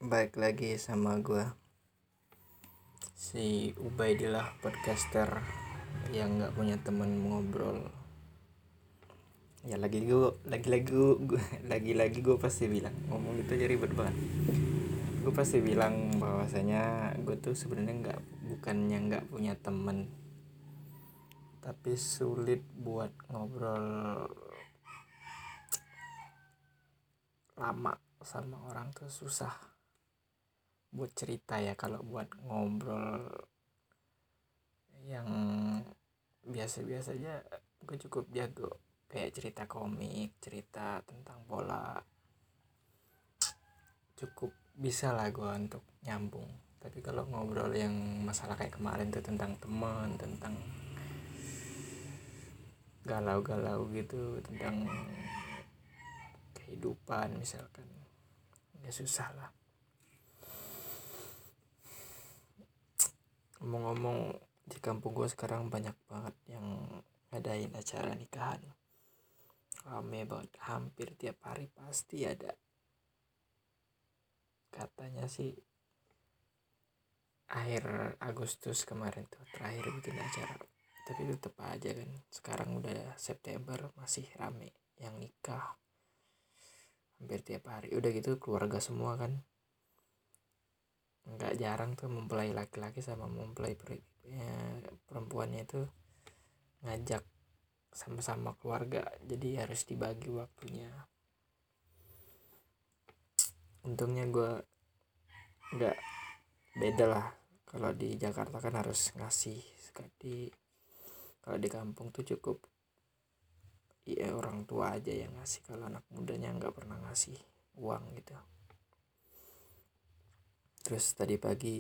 Baik lagi sama gue si Ubaidillah, podcaster yang nggak punya temen ngobrol. Ya lagi-lagi gue pasti bilang ngomong itu jadi ribet banget. Gue pasti bilang bahwasanya gue tuh sebenarnya bukannya nggak punya temen, tapi sulit buat ngobrol lama sama orang tuh susah buat cerita ya. Kalau buat ngobrol yang biasa-biasa aja gue cukup jago, kayak cerita komik, cerita tentang bola, cukup bisa lah gue untuk nyambung. Tapi kalau ngobrol yang masalah kayak kemarin tuh tentang teman, tentang galau-galau gitu, tentang kehidupan misalkan, ya susah lah. Ngomong-ngomong, di kampung gue sekarang banyak banget yang ngadain acara nikahan, rame banget, hampir tiap hari pasti ada. Katanya sih akhir Agustus kemarin tuh terakhir bikin acara, tapi tetep aja kan sekarang udah September masih rame yang nikah hampir tiap hari. Udah gitu keluarga semua kan, nggak jarang tuh mempelai laki-laki sama mempelai perempuannya itu ngajak sama-sama keluarga, jadi harus dibagi waktunya. Untungnya gue nggak, beda lah. Kalau di Jakarta kan harus ngasih, kalau di kampung tuh cukup ya orang tua aja yang ngasih. Kalau anak mudanya nggak pernah ngasih uang gitu. Terus tadi pagi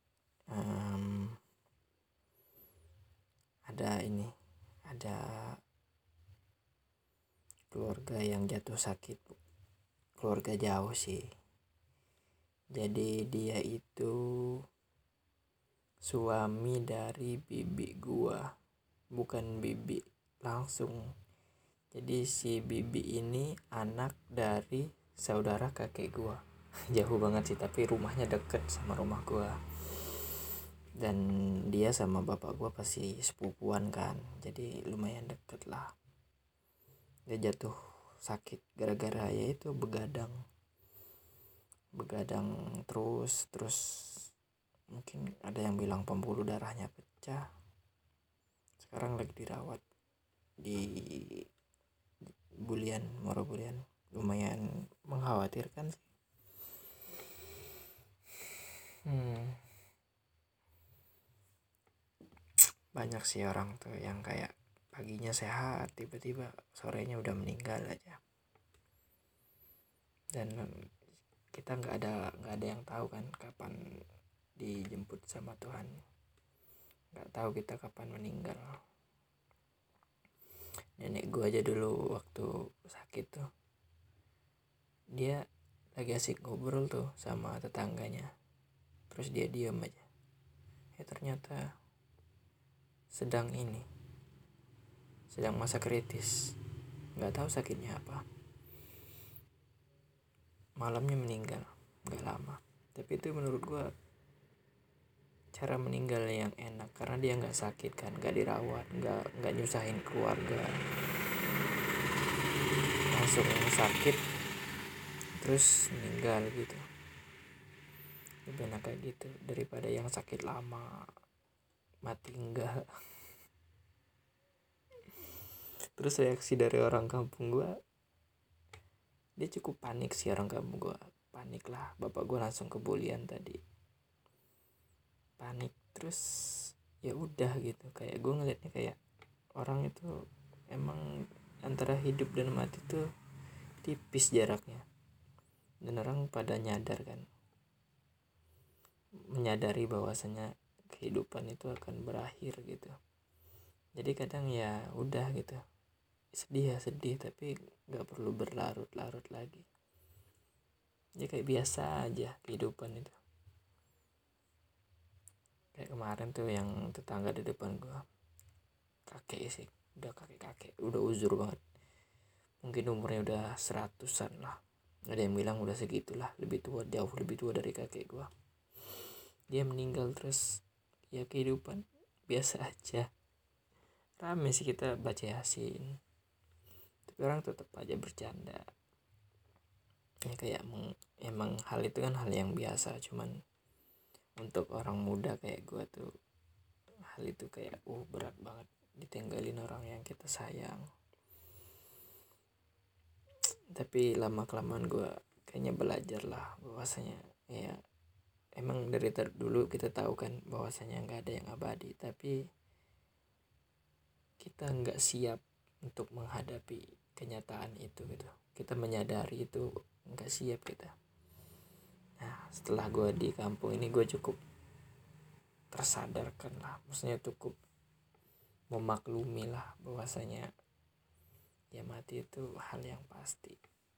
ada keluarga yang jatuh sakit, keluarga jauh sih. Jadi dia itu suami dari bibi gua, bukan bibi langsung. Jadi si bibi ini anak dari saudara kakek gua. Jauh banget sih, tapi rumahnya deket sama rumah gua. Dan dia sama bapak gua pasti sepupuan kan, jadi lumayan deket lah. Dia jatuh sakit gara-gara ya itu begadang terus mungkin ada yang bilang pembuluh darahnya pecah. Sekarang lagi dirawat di Moro Bulian. Lumayan mengkhawatirkan sih. Banyak sih orang tuh yang kayak paginya sehat, tiba-tiba sorenya udah meninggal aja. Dan kita nggak ada yang tahu kan kapan dijemput sama Tuhan. Nggak tahu kita kapan meninggal. Nenek gue aja dulu waktu sakit tuh, dia lagi asik ngobrol tuh sama tetangganya, terus dia diam aja. Ternyata sedang masa kritis, nggak tahu sakitnya apa. Malamnya meninggal, nggak lama. Tapi itu menurut gue cara meninggal yang enak, karena dia nggak sakit kan, nggak dirawat, nggak nyusahin keluarga, langsung sakit terus meninggal gitu. Lebih enak kayak gitu daripada yang sakit lama mati enggak. Terus reaksi dari orang kampung gue, dia cukup panik sih. Orang kampung gue panik lah. Bapak gue langsung ke Bulian tadi, panik. Terus ya udah gitu, kayak gue ngeliatnya kayak orang itu emang antara hidup dan mati tuh tipis jaraknya. Dan orang pada nyadar kan, menyadari bahwasanya kehidupan itu akan berakhir gitu. Jadi kadang ya udah gitu, sedih tapi nggak perlu berlarut-larut lagi. Ya kayak biasa aja kehidupan itu. Kayak kemarin tuh yang tetangga di depan gua, kakek sih, udah kakek udah uzur banget, mungkin umurnya udah 100-an lah. Ada yang bilang udah segitulah, lebih tua, jauh lebih tua dari kakek gue. Dia meninggal terus ya kehidupan biasa aja. Rame sih kita baca Yasin, tapi orang tetap aja bercanda. Ya kayak emang hal itu kan hal yang biasa, cuman untuk orang muda kayak gue tuh hal itu kayak berat banget, ditinggalin orang yang kita sayang. Tapi lama kelamaan gue kayaknya belajar lah bahwasanya ya emang dari dulu kita tahu kan bahwasanya nggak ada yang abadi, tapi kita nggak siap untuk menghadapi kenyataan itu gitu. Kita menyadari itu nggak siap kita. Nah setelah gue di kampung ini gue cukup tersadarkan lah, maksudnya cukup memaklumi lah bahwasanya ya mati itu hal yang pasti.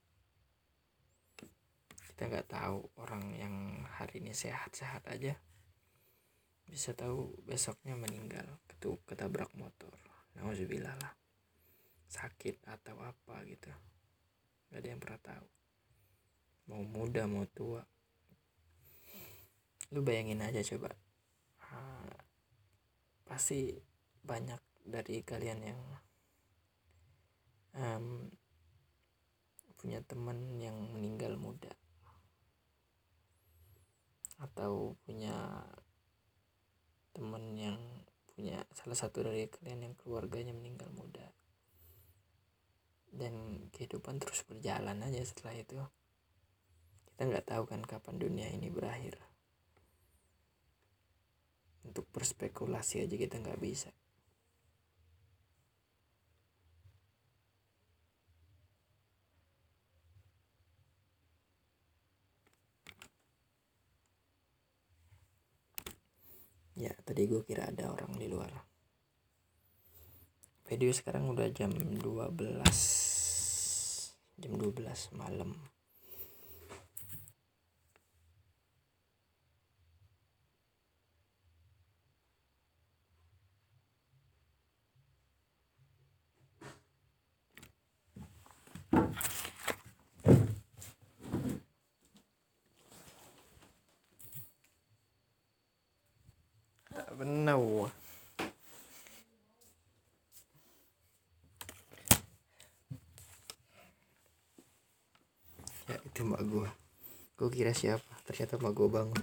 Kita nggak tahu, orang yang hari ini sehat-sehat aja bisa tahu besoknya meninggal ketabrak motor, nauzubillah lah, sakit atau apa gitu, nggak ada yang pernah tahu, mau muda mau tua. Lu bayangin aja coba, pasti banyak dari kalian yang punya teman yang meninggal muda, atau punya teman yang punya salah satu dari kalian yang keluarganya meninggal muda, dan kehidupan terus berjalan aja setelah itu. Kita nggak tahu kan kapan dunia ini berakhir. Untuk berspekulasi aja kita nggak bisa. Ya tadi gue kira ada orang di luar. Video sekarang udah jam 12 malam. Benar. Ya itu mak gue. Gue kira siapa, ternyata mak gue bangun.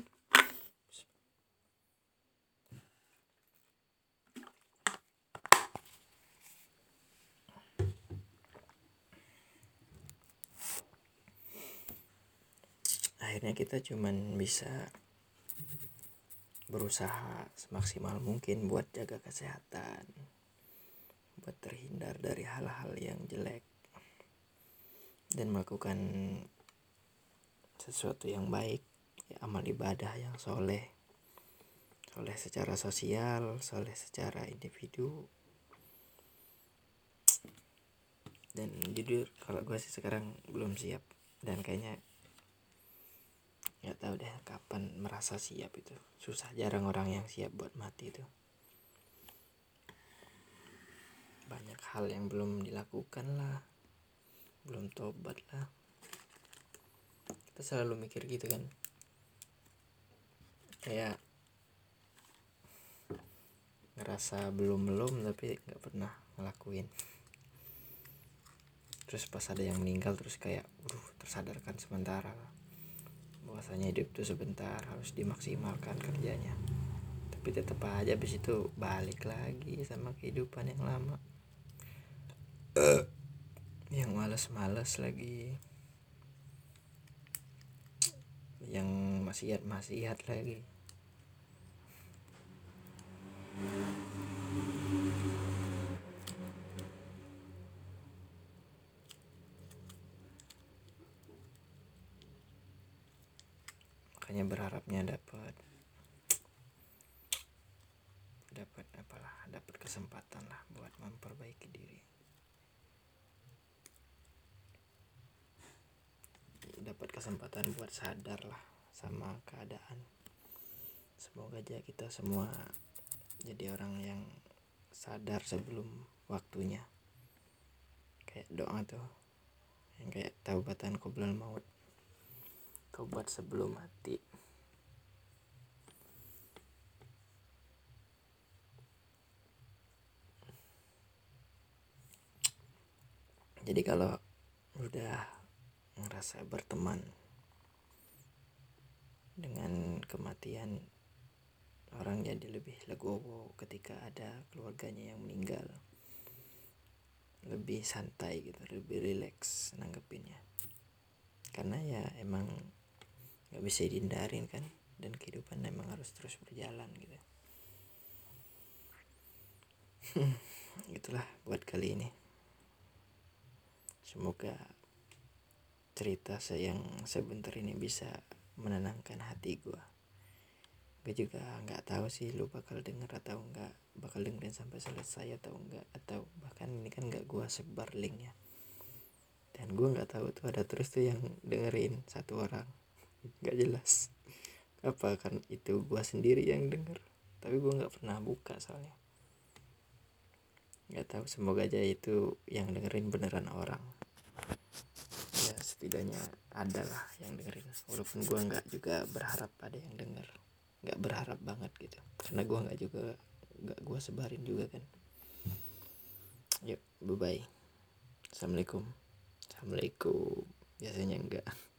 Akhirnya kita cuman bisa berusaha semaksimal mungkin buat jaga kesehatan, buat terhindar dari hal-hal yang jelek, dan melakukan sesuatu yang baik, ya, amal ibadah yang soleh secara sosial, soleh secara individu. Dan jujur kalau gue sih sekarang belum siap, dan kayaknya nggak tahu deh kapan merasa siap. Itu susah, jarang orang yang siap buat mati itu. Banyak hal yang belum dilakukan lah, belum tobat lah. Kita selalu mikir gitu kan, kayak ngerasa belum tapi nggak pernah ngelakuin. Terus pas ada yang meninggal terus kayak tersadarkan sementara bahwasanya hidup itu sebentar, harus dimaksimalkan kerjanya. Tapi tetap aja habis itu balik lagi sama kehidupan yang lama, yang malas-malas lagi, yang maksiat lagi. Makanya berharapnya dapat kesempatan lah buat memperbaiki diri, dapat kesempatan buat sadar lah sama keadaan. Semoga aja kita semua jadi orang yang sadar sebelum waktunya. Kayak doa tuh, yang kayak taubatan qoblal maut, tobat sebelum mati. Jadi kalau udah ngerasa berteman dengan kematian, orang jadi lebih legowo ketika ada keluarganya yang meninggal, lebih santai gitu, lebih rileks nanggepinnya, karena ya emang gak bisa dihindarin kan, dan kehidupan emang harus terus berjalan gitu. Itulah buat kali ini, semoga cerita yang sebentar ini bisa menenangkan hati gue. Gue juga nggak tahu sih lu bakal denger atau nggak, bakal dengerin sampai selesai atau enggak, atau bahkan ini kan nggak gue sebar linknya, dan gue nggak tahu tuh ada terus tuh yang dengerin satu orang, nggak jelas apa kan itu gue sendiri yang denger, tapi gue nggak pernah buka soalnya. Nggak tahu, semoga aja itu yang dengerin beneran orang, ya setidaknya ada lah yang dengerin, walaupun gue nggak juga berharap ada yang denger, nggak berharap banget gitu, karena gue nggak gue sebarin juga kan. Yuk, bye bye, assalamualaikum. Biasanya enggak.